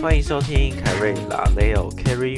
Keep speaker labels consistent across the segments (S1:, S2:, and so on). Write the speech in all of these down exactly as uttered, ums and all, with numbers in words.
S1: 欢迎收听凯瑞拉雷欧 Carry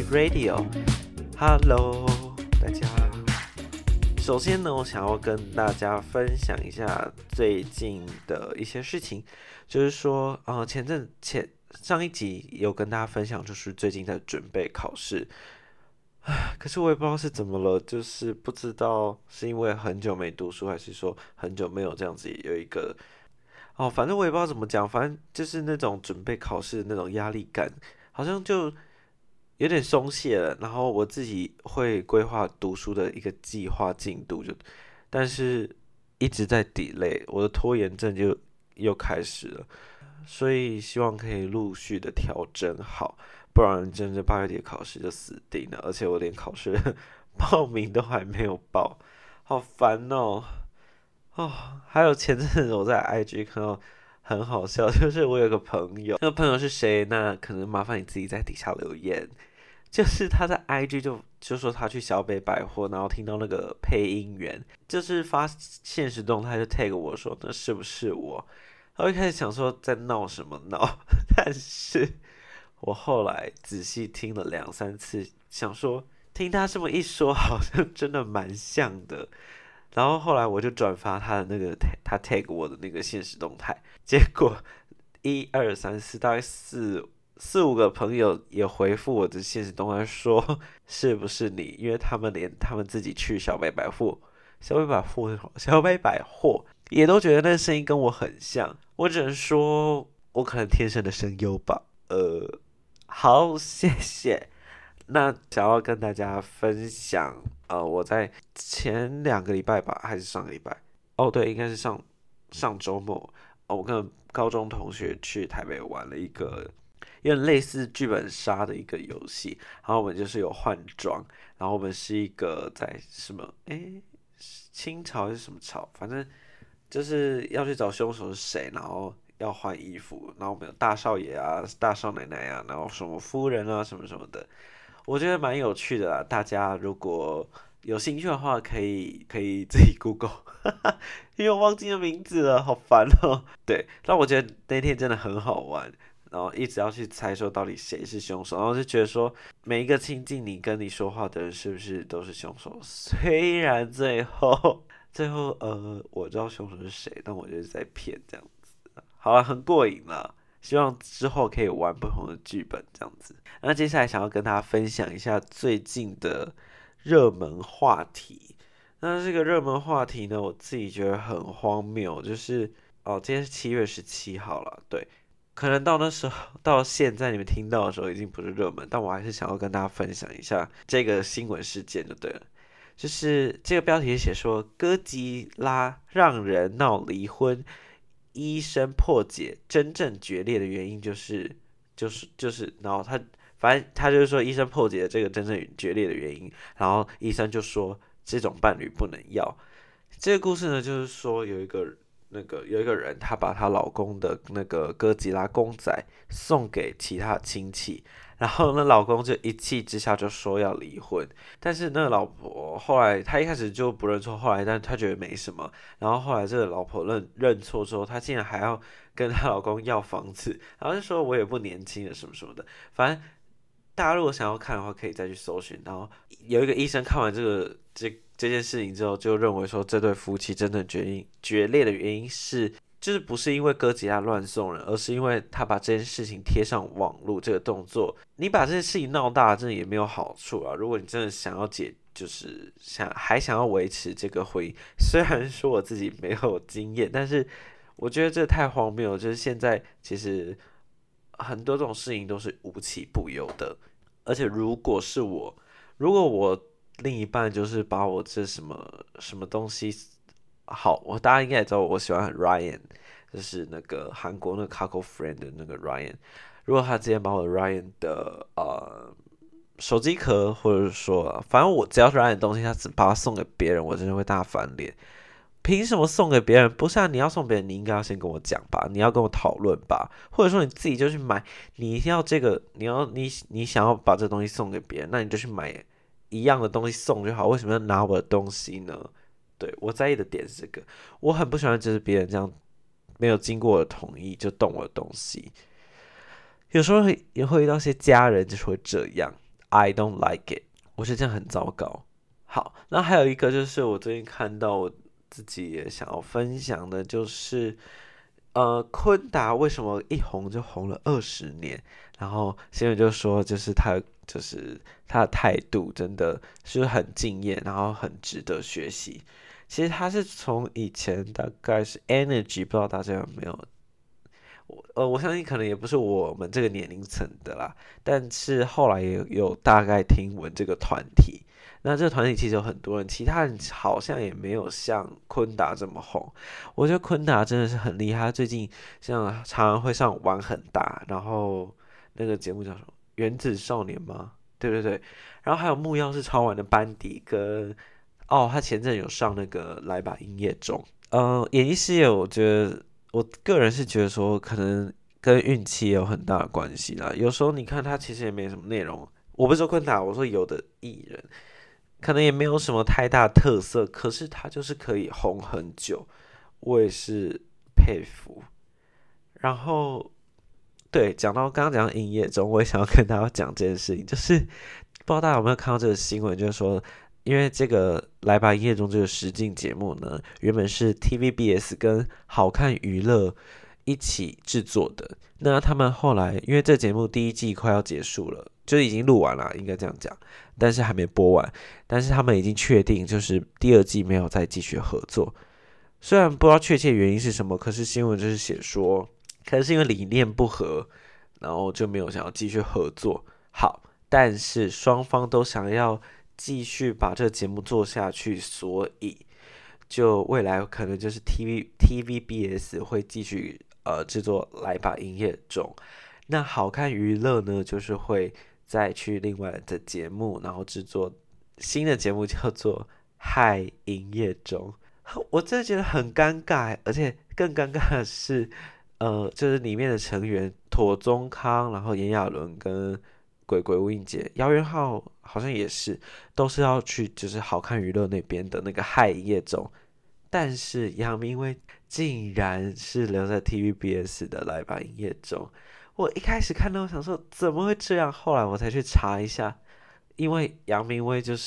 S1: Radio。Hello， 大家。首先呢，我想要跟大家分享一下最近的一些事情，就是说，呃，前阵前上一集有跟大家分享，就是最近在准备考试。可是我也不知道是怎么了，就是不知道是因为很久没读书，还是说很久没有这样子有一个哦，反正我也不知道怎么讲，反正就是那种准备考试的那种压力感，好像就有点松懈了。然后我自己会规划读书的一个计划进度就，但是一直在 delay， 我的拖延症就又开始了。所以希望可以陆续的调整好，不然真的八月底考试就死定了。而且我连考试报名都还没有报，好烦哦。哦，还有前阵子我在 I G 看到很好笑，就是我有个朋友，那个朋友是谁？那可能麻烦你自己在底下留言。就是他在 I G 就就说他去小北百货，然后听到那个配音员，就是发现实动态就 tag 我说那是不是我？我一开始想说在闹什么闹，但是我后来仔细听了两三次，想说听他这么一说，好像真的蛮像的。然后后来我就转发他的那个他 tag 我的那个现实动态，结果一二三四大概四四五个朋友也回复我的现实动态说是不是你？因为他们连他们自己去小北百货、小北百货、小北百货也都觉得那个声音跟我很像。我只能说，我可能天生的声优吧。呃，好，谢谢。那想要跟大家分享，呃，我在前两个礼拜吧，还是上个礼拜？哦，对，应该是上上周末，哦，我跟高中同学去台北玩了一个有点类似剧本杀的一个游戏，然后我们就是有换装，然后我们是一个在什么，诶，清朝还是什么朝，反正就是要去找凶手是谁，然后要换衣服，然后我们有大少爷啊、大少奶奶啊，然后什么夫人啊，什么什么的。我觉得蛮有趣的啦，大家如果有兴趣的话，可以可以自己 Google， 因为我忘记了名字了，好烦哦。对，但我觉得那天真的很好玩，然后一直要去猜说到底谁是凶手，然后就觉得说每一个亲近你跟你说话的人是不是都是凶手？虽然最后最后呃我知道凶手是谁，但我就是在骗这样子。好了，很过瘾啦。希望之后可以玩不同的剧本这样子。那接下来想要跟大家分享一下最近的热门话题。那这个热门话题呢，我自己觉得很荒谬，就是哦，今天是七月十七号了，对，可能到那时候到现在你们听到的时候已经不是热门，但我还是想要跟大家分享一下这个新闻事件就对了。就是这个标题写说哥吉拉让人闹离婚。医生破解真正决裂的原因就是就是就是，然后他反正他就是说医生破解了这个真正决裂的原因，然后医生就说这种伴侣不能要。这个故事呢，就是说有一个那个有一个人，她把她老公的那个哥吉拉公仔送给其他亲戚，然后那老公就一气之下就说要离婚。但是那个老婆后来，她一开始就不认错，后来但她觉得没什么，然后后来这个老婆认认错之后，她竟然还要跟她老公要房子，然后就说我也不年轻了什么什么的，反正。大家如果想要看的话，可以再去搜寻。然后有一个医生看完这个这这件事情之后，就认为说这对夫妻真正决因决裂的原因是，就是不是因为哥吉拉乱送人，而是因为他把这件事情贴上网络这个动作，你把这件事情闹大，真的也没有好处啊。如果你真的想要解，就是想还想要维持这个婚姻，虽然说我自己没有经验，但是我觉得这太荒谬了。就是现在其实很多这种事情都是无奇不有的。而且如果是我，如果我另一半就是把我这什么什么东西，好，我大家应该也知道我喜欢 Ryan，就是那个韩国那个 Kakao Friend 的那个 Ryan。如果他之前把我的 Ryan 的呃手机壳，或者说反正我只要是 Ryan 的东西，他只把它送给别人，我真的会大翻脸。凭什么送给别人？不是啊，你要送别人，你应该要先跟我讲吧，你要跟我讨论吧，或者说你自己就去买。你要这个，你要你你想要把这东西送给别人，那你就去买一样的东西送就好。为什么要拿我的东西呢？对，我在意的点是这个，我很不喜欢就是别人这样没有经过我的同意就动我的东西。 有时候也会遇到些家人就是会这样 ，I don't like it， 我觉得这样很糟糕。好，那还有一个就是我最近看到我自己也想要分享的，就是呃，昆达为什么一红就红了二十年？然后新闻就说，就是他就是他的态度真的是很敬业，然后很值得学习。其实他是从以前大概是 Energy，不知道大家有没有？我呃，我相信可能也不是我们这个年龄层的啦，但是后来也有有大概听闻这个团体。那这个团体其实有很多人，其他人好像也没有像昆达这么红。我觉得昆达真的是很厉害，他最近像常常会上玩很大，然后那个节目叫什么《原子少年》吗？对对对，然后还有木曜是超玩的班底跟哦，他前阵有上那个来吧营业中，呃，演艺事业我觉得我个人是觉得说可能跟运气也有很大的关系啦。有时候你看他其实也没什么内容，我不是说昆达，我说有的艺人。可能也没有什么太大特色，可是他就是可以红很久，我也是佩服。然后，对，讲到刚刚讲到营业中，我也想要跟大家讲这件事情，就是不知道大家有没有看到这个新闻，就是说，因为这个《来吧营业中》这个实境节目呢，原本是 T V B S 跟好看娱乐一起制作的，那他们后来因为这节目第一季快要结束了，就已经录完了，应该这样讲。但是还没播完，但是他们已经确定，就是第二季没有再继续合作。虽然不知道确切原因是什么，可是新闻就是写说，可能是因为理念不合，然后就没有想要继续合作。好，但是双方都想要继续把这个节目做下去，所以就未来可能就是 T V T V B S 会继续呃制作来吧营业中，那好看娱乐呢，就是会。再去另外的节目，然后制作新的节目，叫做《嗨营业中》。我真的觉得很尴尬，而且更尴尬的是，呃，就是里面的成员妥宗康，然后炎亚纶跟鬼鬼吴映洁、姚元浩好像也是，都是要去就是好看娱乐那边的那个嗨营业中，但是杨明威竟然是留在 T V B S 的来吧营业中。我一开始看到，我想说怎么会这样？后来我才去查一下，因为杨明威就是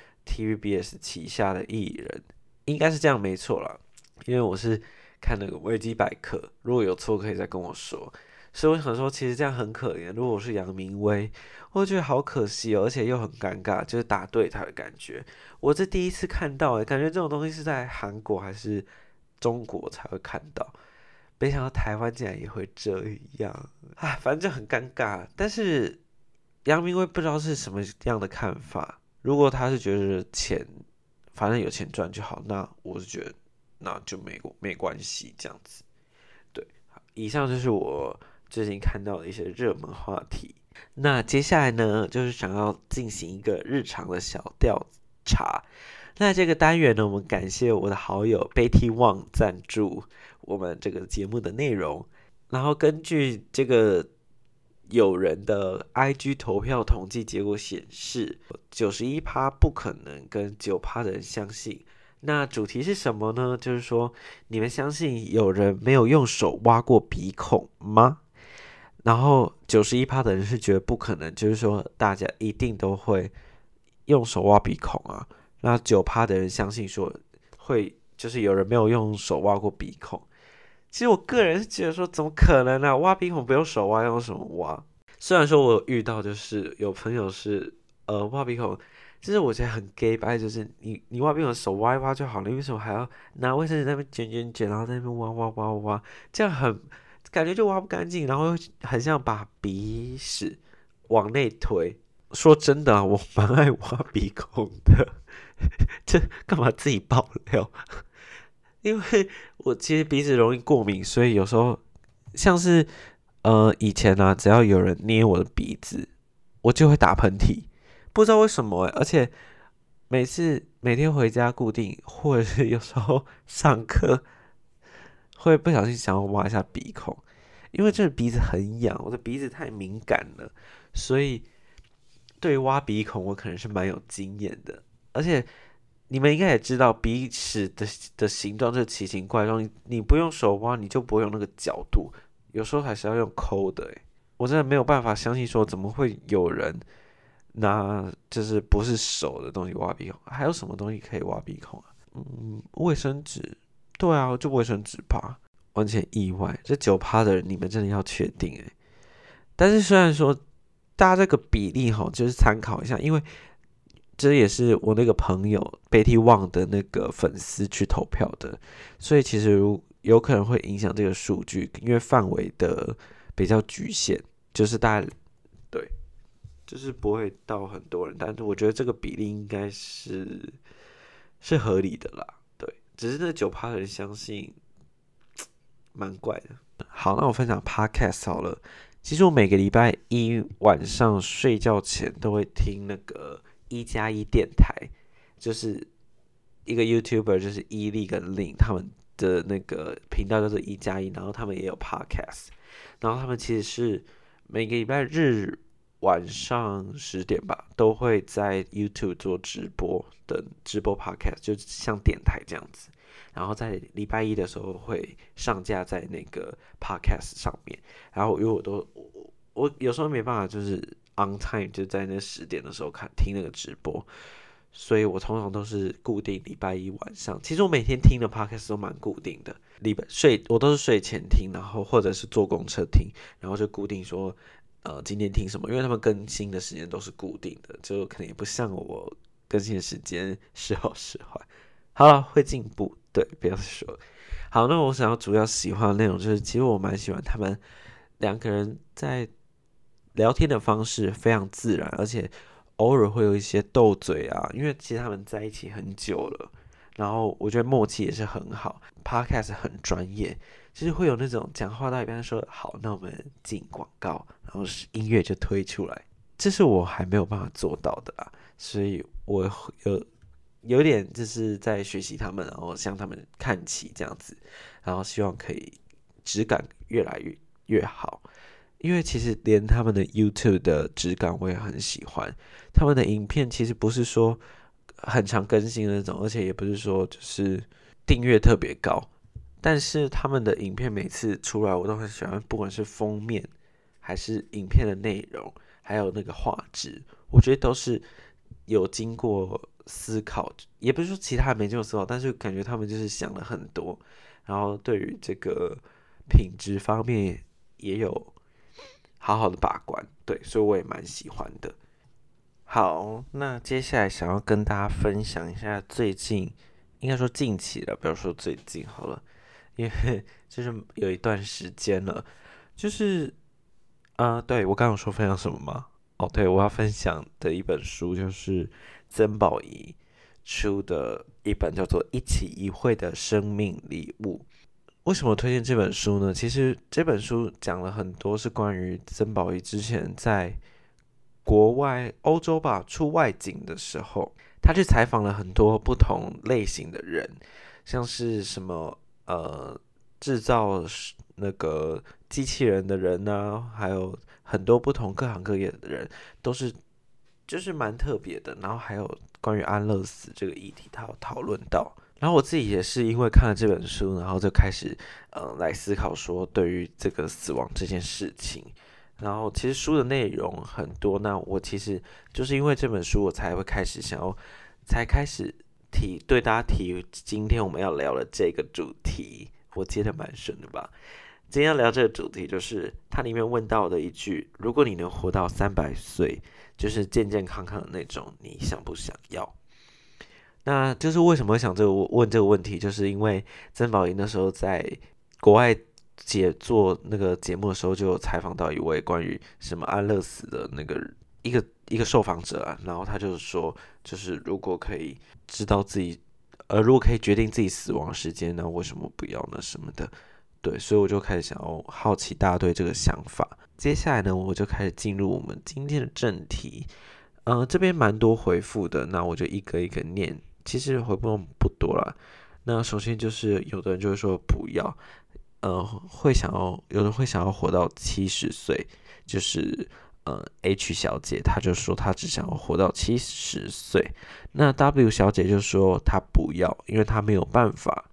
S1: T V B S 旗下的艺人，应该是这样没错啦。因为我是看那个维基百科，如果有错可以再跟我说。所以我想说，其实这样很可怜。如果我是杨明威，我觉得好可惜哦，而且又很尴尬，就是打对台的感觉。我这第一次看到，哎，感觉这种东西是在韩国还是中国才会看到。没想到台湾竟然也会这样，啊，反正就很尴尬。但是杨明威不知道是什么样的看法。如果他是觉得钱，反正有钱赚就好，那我是觉得那就没没关系这样子。对，以上就是我最近看到的一些热门话题。那接下来呢，就是想要进行一个日常的小调查。那这个单元呢，我们感谢我的好友 Betty Wang 赞助我们这个节目的内容。然后根据这个友人的 I G 投票统计结果显示， 百分之九十一 不可能跟 百分之九 的人相信。那主题是什么呢？就是说，你们相信有人没有用手挖过鼻孔吗？然后 百分之九十一 的人是觉得不可能，就是说大家一定都会用手挖鼻孔啊。那 百分之九 的人相信说会，就是有人没有用手挖过鼻孔。其实我个人是觉得说，怎么可能啊？挖鼻孔不用手挖，用什么挖？虽然说我有遇到，就是有朋友是呃挖鼻孔，就是我觉得很 gay 白，就是你你挖鼻孔手挖一挖就好了，你为什么还要拿卫生纸在那边卷卷卷，然后在那边挖挖挖挖挖，这样很感觉就挖不干净，然后很像把鼻屎往内推。说真的啊，我蛮爱挖鼻孔的，这干嘛自己爆料？因为我其实鼻子容易过敏，所以有时候像是呃以前啊，只要有人捏我的鼻子，我就会打喷嚏，不知道为什么欸。而且每次每天回家固定，或者是有时候上课会不小心想要挖一下鼻孔，因为这鼻子很痒，我的鼻子太敏感了，所以对于挖鼻孔我可能是蛮有经验的。而且你们应该也知道，鼻屎的的形状就奇形怪状，你你不用手挖，你就不会有那个角度，有时候还是要用抠的欸。 我真的没有办法相信说怎么会有人拿就是不是手的东西挖鼻孔，还有什么东西可以挖鼻孔啊？嗯，卫生纸，对啊，就卫生纸吧，完全意外。这九趴的人，你们真的要确定哎？但是虽然说大家这个比例哈，就是参考一下，因为这也是我那个朋友 Betty Wang 的那个粉丝去投票的，所以其实如有可能会影响这个数据，因为范围的比较局限，就是大概对，就是不会到很多人，但是我觉得这个比例应该是是合理的啦，对，只是那九趴的人相信蛮怪的。好，那我分享 Podcast 好了。其实我每个礼拜一晚上睡觉前都会听那个一加一电台，就是一个 YouTuber， 就是伊利跟令他们的那个频道叫做一加一，然后他们也有 Podcast， 然后他们其实是每个礼拜日晚上十点吧，都会在 YouTube 做直播的直播 Podcast， 就像电台这样子。然后在礼拜一的时候会上架在那个 podcast 上面，然后因为我都我我有时候没办法就是 on time 就在那十点的时候看听那个直播，所以我通常都是固定礼拜一晚上。其实我每天听的 podcast 都蛮固定的，礼拜睡我都是睡前听，然后或者是坐公车听，然后就固定说呃今天听什么，因为他们更新的时间都是固定的，就可能也不像我更新的时间时好时坏。好了，会进步，对，不要再说。好，那我想要主要喜欢的内容就是，其实我蛮喜欢他们两个人在聊天的方式非常自然，而且偶尔会有一些斗嘴啊，因为其实他们在一起很久了，然后我觉得默契也是很好。Podcast 很专业，就是会有那种讲话到一半说好，那我们进广告，然后音乐就推出来，这是我还没有办法做到的啊，所以我有。有点就是在学习他们，然后向他们看齐这样子，然后希望可以质感越来越越好。因为其实连他们的 YouTube 的质感我也很喜欢，他们的影片其实不是说很常更新的那种，而且也不是说就是订阅特别高，但是他们的影片每次出来我都很喜欢，不管是封面还是影片的内容，还有那个画质，我觉得都是有经过思考，也不是说其他人没经过思考，但是感觉他们就是想了很多，然后对于这个品质方面也有好好的把关，对，所以我也蛮喜欢的。好，那接下来想要跟大家分享一下最近，应该说近期了，不要说最近好了，因为就是有一段时间了，就是呃，对我刚刚有说分享什么吗？哦，对，我要分享的一本书就是曾宝仪出的一本叫做《一期一会的生命礼物》。为什么推荐这本书呢？其实这本书讲了很多是关于曾宝仪之前在国外欧洲吧出外景的时候，他去采访了很多不同类型的人，像是什么呃制造那个机器人的人啊，还有很多不同各行各业的人，都是就是蛮特别的。然后还有关于安乐死这个议题，他有讨论到。然后我自己也是因为看了这本书，然后就开始呃来思考说对于这个死亡这件事情。然后其实书的内容很多，那我其实就是因为这本书，我才会开始想要，才开始提对大家提今天我们要聊的这个主题。我接得蛮顺的吧？今天要聊这个主题，就是它里面问到的一句：如果你能活到三百岁，就是健健康康的那种，你想不想要？那就是为什么会想这个问这个问题，就是因为曾宝仪那时候在国外节做那个节目的时候，就有采访到一位关于什么安乐死的那个一个一个受访者啊，然后他就是说，就是如果可以知道自己，呃，如果可以决定自己死亡时间，那为什么不要呢？什么的，对，所以我就开始想要好奇大家对这个想法。接下来呢，我就开始进入我们今天的正题。呃，这边蛮多回复的，那我就一个一个念。其实回复不多啦。那首先就是有的人就会说不要，呃，会想要有人会想要活到七十岁，就是呃 H 小姐，她就说她只想要活到七十岁。那 W 小姐就说她不要，因为她没有办法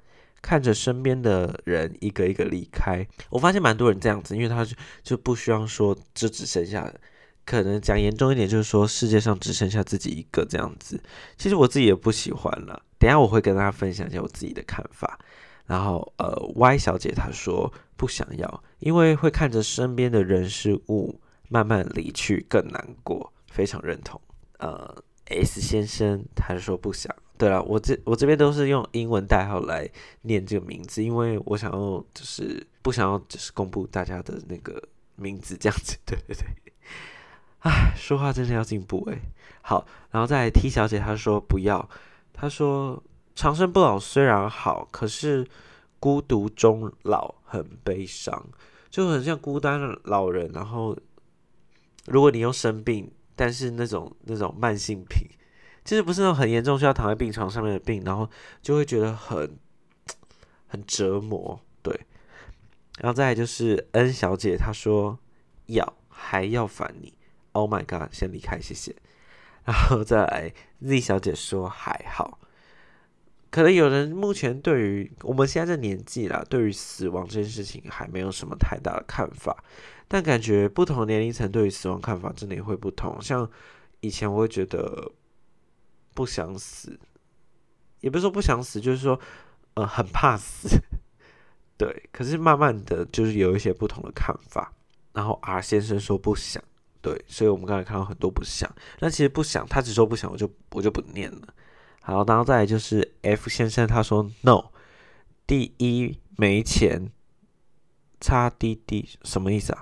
S1: 看着身边的人一个一个离开。我发现蛮多人这样子，因为他就就不希望说就只剩下，可能讲严重一点就是说世界上只剩下自己一个这样子。其实我自己也不喜欢啦，等一下我会跟大家分享一下我自己的看法。然后呃 Y 小姐她说不想要，因为会看着身边的人事物慢慢离去更难过，非常认同。呃 S 先生他说不想。对了，我这我这边都是用英文代号来念这个名字，因为我想要就是不想要就是公布大家的那个名字这样子。对对对，唉，说话真的要进步诶。好，然后再来 T 小姐她说不要，她说长生不老虽然好，可是孤独终老很悲伤，就很像孤单的老人。然后如果你又生病，但是那种那种慢性病。其实不是那种很严重需要躺在病床上面的病，然后就会觉得很很折磨，对。然后再来就是 N 小姐，她说要还要烦你 ，Oh my god， 先离开，谢谢。然后再来 Z 小姐说还好，可能有人目前对于我们现在这年纪啦，对于死亡这件事情还没有什么太大的看法，但感觉不同的年龄层对于死亡看法真的也会不同。像以前我会觉得。不想死，也不是说不想死，就是说，呃，很怕死，对。可是慢慢的就是有一些不同的看法。然后 R 先生说不想，对，所以我们刚才看到很多不想。那其实不想，他只说不想，我就我就不念了。好，然后再来就是 F 先生，他说 No， 第一没钱，差滴滴什么意思啊？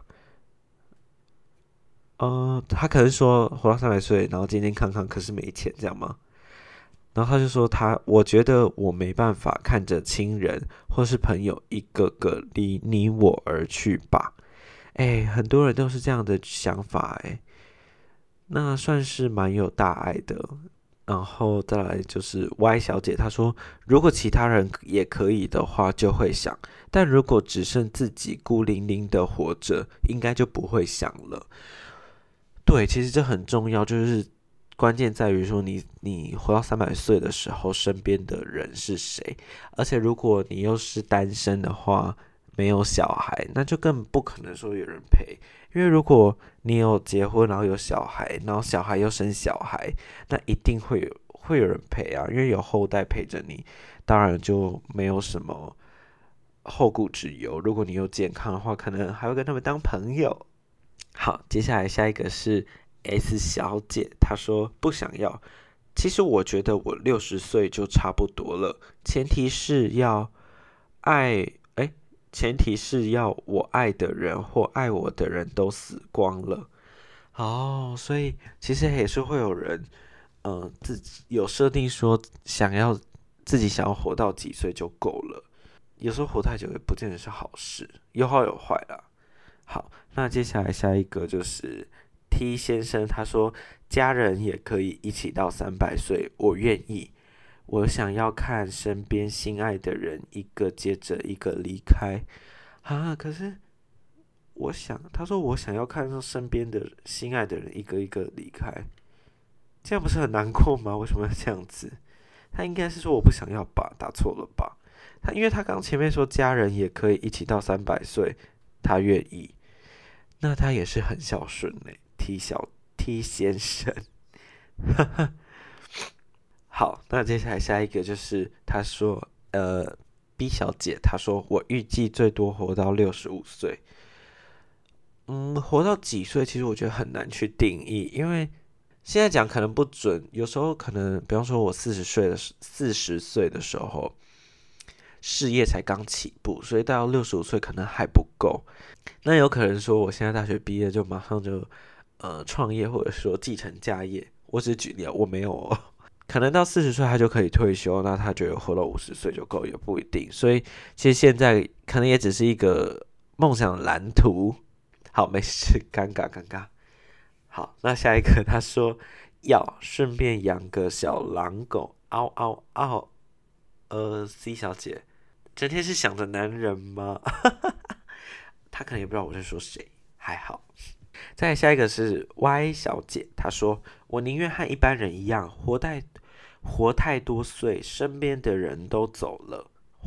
S1: 呃，他可能说活到三百岁，然后健健康康，可是没钱，这样吗？然后他就说他，我觉得我没办法看着亲人或是朋友一个个离你我而去吧。哎，很多人都是这样的想法，哎，那算是蛮有大爱的。然后再来就是 Y 小姐，她说如果其他人也可以的话，就会想；但如果只剩自己孤零零的活着，应该就不会想了。对，其实这很重要，就是关键在于说你你活到三百岁的时候，身边的人是谁？而且如果你又是单身的话，没有小孩，那就更不可能说有人陪。因为如果你有结婚，然后有小孩，然后小孩又生小孩，那一定会有会有人陪啊，因为有后代陪着你，当然就没有什么后顾之忧。如果你有健康的话，可能还会跟他们当朋友。好，接下来下一个是 S 小姐，她说不想要。其实我觉得我六十岁就差不多了，前提是要爱，哎，前提是要我爱的人或爱我的人都死光了。哦，所以其实也是会有人，呃，自己有设定说想要自己想要活到几岁就够了。有时候活太久也不见得是好事，有好有坏啦。好，那接下来下一个就是 T 先生，他说家人也可以一起到三百岁，我愿意。我想要看身边心爱的人一个接着一个离开啊，可是我想，他说我想要看到身边的心爱的人一个一个离开，这样不是很难过吗？为什么要这样子？他应该是说我不想要吧，打错了吧？他因为他刚前面说家人也可以一起到三百岁，他愿意。那他也是很孝顺嘞 ，T 小 T 先生。好，那接下来下一个就是他说，呃，B 小姐她说我预计最多活到六十五岁。嗯，活到几岁，其实我觉得很难去定义，因为现在讲可能不准，有时候可能，比方说我四十岁的四十岁的时候，事业才刚起步，所以到六十五岁可能还不够。那有可能说，我现在大学毕业就马上就呃创业，或者说继承家业。我只是举例啊，我没有哦。可能到四十岁他就可以退休，那他觉得活到五十岁就够，也不一定。所以其实现在可能也只是一个梦想蓝图。好，没事，尴尬尴尬。好，那下一个他说要顺便养个小狼狗，嗷嗷嗷。呃，C 小姐，整天是想着男人吗？他可能也不知道我在说谁，还好。再来下一个是 Y 小姐，她说我宁愿和一般人一样，活太活太多岁，身边的人都走了，活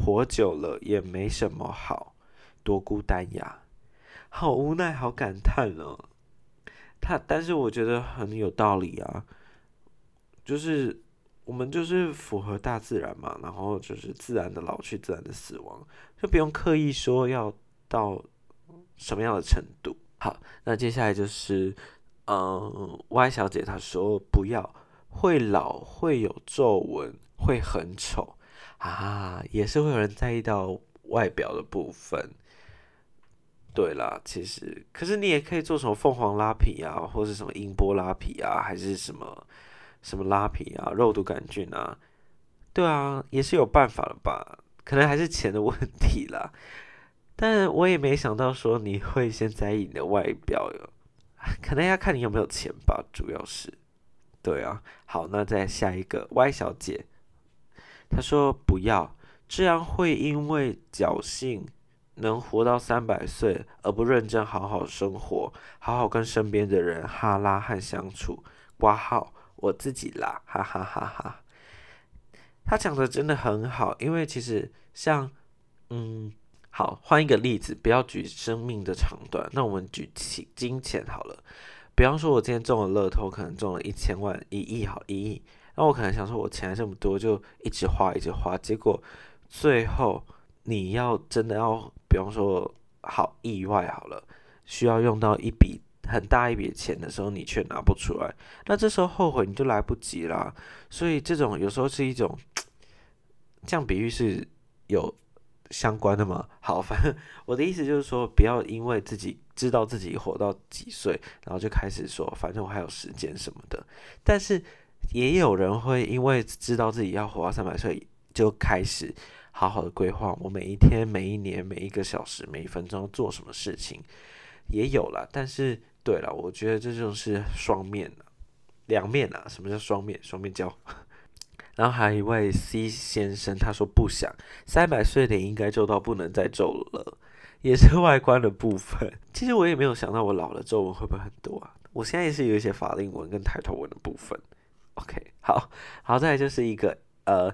S1: 活久了也没什么好，多孤单呀。好无奈，好感叹哦。他，但是我觉得很有道理啊，就是我们就是符合大自然嘛，然后就是自然的老去，自然的死亡，就不用刻意说要到什么样的程度。好，那接下来就是，嗯，Y 小姐她说不要，会老，会有皱纹，会很丑啊，也是会有人在意到外表的部分。对啦，其实，可是你也可以做什么凤凰拉皮啊，或是什么音波拉皮啊，还是什么什么拉皮啊，肉毒杆菌啊，对啊，也是有办法的吧？可能还是钱的问题啦。但我也没想到说你会先在意你的外表哟，可能要看你有没有钱吧，主要是。对啊，好，那再下一个 Y 小姐，她说不要，这样会因为侥幸能活到三百岁而不认真好好生活，好好跟身边的人哈拉和相处。挂号我自己啦，哈哈哈哈。他讲的真的很好，因为其实像嗯，好，换一个例子，不要举生命的长短，那我们举起金钱好了。比方说，我今天中了乐透，可能中了一千万、一亿，好一亿，那我可能想说，我钱还这么多，就一直花，一直花，结果最后你要真的要，比方说好意外好了，需要用到一笔很大一笔钱的时候，你却拿不出来，那这时候后悔你就来不及啦。所以这种有时候是一种，这样比喻是有相关的吗？好，反正我的意思就是说，不要因为自己知道自己活到几岁，然后就开始说，反正我还有时间什么的。但是也有人会因为知道自己要活到三百岁，就开始好好的规划我每一天、每一年、每一个小时、每一分钟要做什么事情，也有啦。但是对了，我觉得这就是双面的，两面啊。什么叫双面？双面胶。然后还有一位 C 先生，他说不想，三百岁脸应该皱到不能再皱了，也是外观的部分。其实我也没有想到我老了皱纹会不会很多啊？我现在也是有一些法令纹跟抬头纹的部分。OK，好，好，再来就是一个呃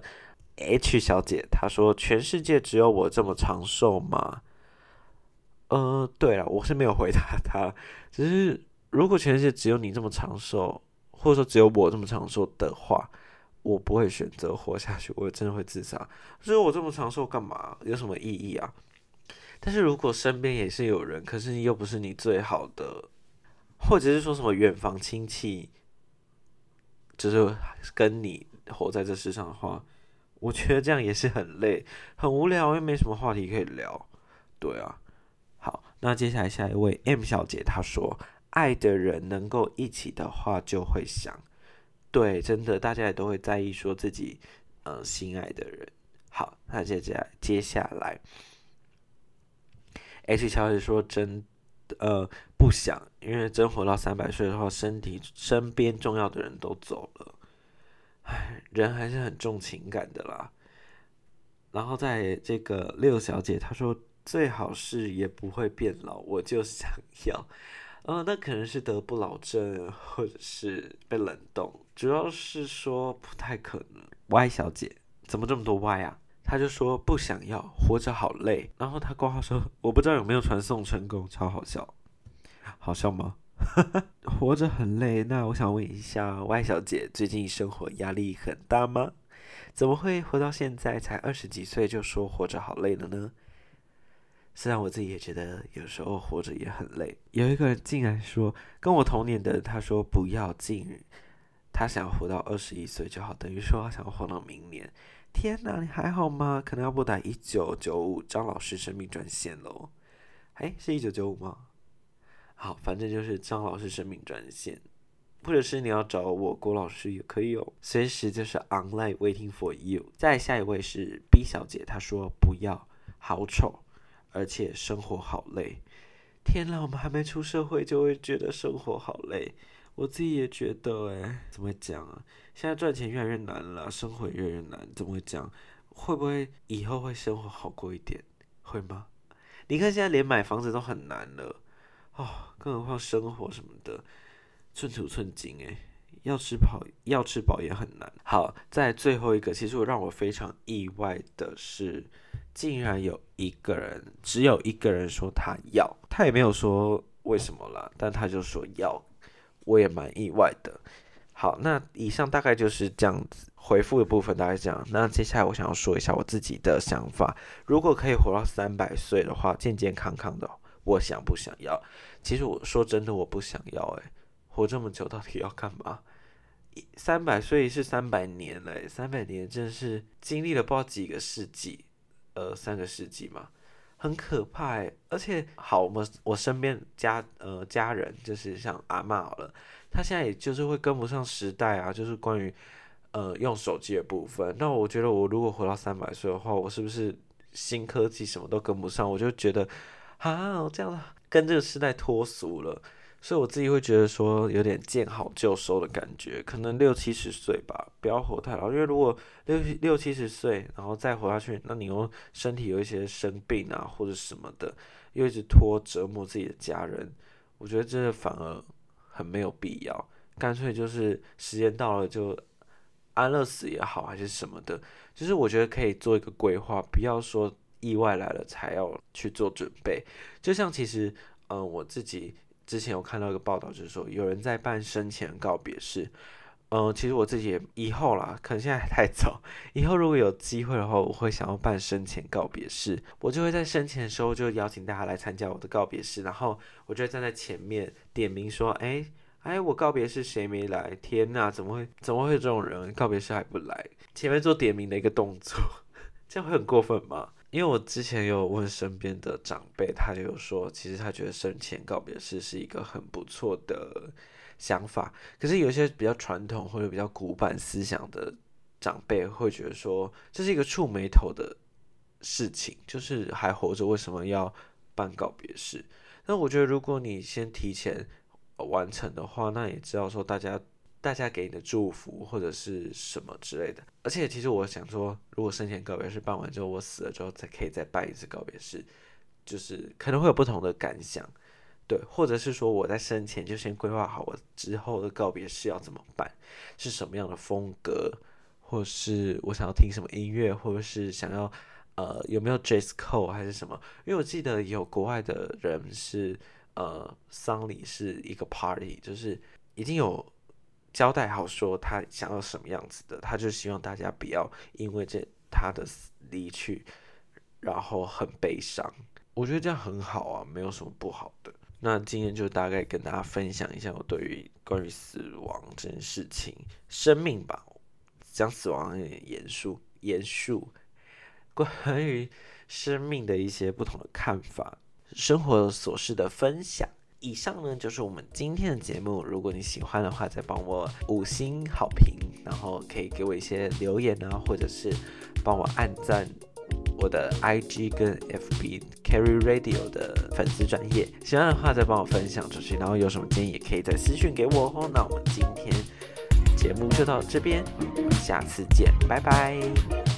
S1: H 小姐，她说全世界只有我这么长寿吗？呃，对了，我是没有回答她，只是如果全世界只有你这么长寿，或者说只有我这么长寿的话。我不会选择活下去，我真的会自杀。所以我这么长寿干嘛？有什么意义啊？但是如果身边也是有人，可是又不是你最好的，或者是说什么远房亲戚，就是跟你活在这世上的话，我觉得这样也是很累、很无聊，又没什么话题可以聊。对啊，好，那接下来下一位 M 小姐她说，爱的人能够一起的话，就会想。对，真的，大家也都会在意说自己，呃，心爱的人。好，那接下来接下来，H 小姐说真，呃，不想，因为真活到三百岁的话，身体身边重要的人都走了，唉，人还是很重情感的啦。然后在这个六小姐她说，最好是也不会变老，我就想要。呃，那可能是得不老症，或者是被冷冻，主要是说不太可能。Y 小姐怎么这么多 Y 啊？她就说不想要，活着好累。然后她挂号说，我不知道有没有传送成功，超好笑，好笑吗？活着很累，那我想问一下 Y 小姐，最近生活压力很大吗？怎么会活到现在才二十几岁就说活着好累了呢？虽然我自己也觉得有时候活着也很累。有一个人竟然说，跟我同年的人，他说不要近，他想要活到二十一岁就好，等于说他想要活到明年。天哪，你还好吗？可能要拨打一九九五张老师生命专线喽。哎，是一九九五吗？好，反正就是张老师生命专线，或者是你要找我郭老师也可以哦，随时就是 online waiting for you。再下一位是 B 小姐，她说不要，好丑。而且生活好累，天啦！我们还没出社会就会觉得生活好累，我自己也觉得哎，怎么会这样啊？现在赚钱越来越难了，生活也越来越难，怎么会这样？会不会以后会生活好过一点？会吗？你看现在连买房子都很难了，哦，更何况生活什么的，寸土寸金哎，要吃饱要吃饱也很难。好，在最后一个，其实我让我非常意外的是。 竟然有一个人，只有一个人说他要，他也没有说为什么啦，但他就说要，我也蛮意外的。好，那以上大概就是这样子，回复的部分大概这样。那接下来我想要说一下我自己的想法，如果可以活到三百岁的话，健健康康的，我想不想要？其实我说真的，我不想要、欸，诶，活这么久到底要干嘛？三百岁是三百年嘞、欸，三百年真的是经历了不知道几个世纪，呃，三个世纪嘛，很可怕哎、欸。而且好，我们我身边家呃家人就是像阿嬷好了，她现在也就是会跟不上时代啊，就是关于呃用手机的部分。那我觉得我如果活到三百岁的话，我是不是新科技什么都跟不上？我就觉得啊，我这样跟这个时代脱俗了。所以我自己会觉得说有点见好就收的感觉，可能六七十岁吧，不要活太老。因为如果六六七十岁，然后再活下去，那你又身体有一些生病啊或者什么的，又一直拖折磨自己的家人，我觉得这反而很没有必要。干脆就是时间到了就安乐死也好，还是什么的，就是我觉得可以做一个规划，不要说意外来了才要去做准备。就像其实，嗯，我自己。之前有看到一个报道，就是说有人在办生前告别式。嗯，其实我自己也以后啦，可能现在还太早。以后如果有机会的话，我会想要办生前告别式。我就会在生前的时候就邀请大家来参加我的告别式，然后我就会站在前面点名说：“哎、哎，我告别式谁没来？天哪，怎么会怎么会有这种人？告别式还不来？”前面做点名的一个动作，这样会很过分吗？因为我之前有问身边的长辈，他就有说，其实他觉得生前告别式是一个很不错的想法。可是有一些比较传统或者比较古板思想的长辈会觉得说，这是一个触霉头的事情，就是还活着为什么要办告别式？那我觉得如果你先提前完成的话，那也知道说大家。大家给你的祝福或者是什么之类的，而且其实我想说，如果生前告别式办完之后，我死了之后再可以再办一次告别式，就是可能会有不同的感想，对，或者是说我在生前就先规划好我之后的告别式要怎么办，是什么样的风格，或是我想要听什么音乐，或者是想要呃有没有 dress code 还是什么，因为我记得有国外的人是呃丧礼是一个 party， 就是已经有。交代好说他想要什么样子的，他就希望大家不要因为这他的离去，然后很悲伤。我觉得这样很好啊，没有什么不好的。那今天就大概跟大家分享一下我对于关于死亡这件事情、生命吧，讲死亡有点严肃，严肃。关于生命的一些不同的看法，生活琐事的分享。以上呢就是我们今天的节目，如果你喜欢的话，再帮我五星好评，然后可以给我一些留言啊，或者是帮我按赞我的 I G 跟 F B Carry Radio 的粉丝专页，喜欢的话再帮我分享出去，然后有什么建议也可以再私讯给我哦。那我们今天节目就到这边，下次见，拜拜。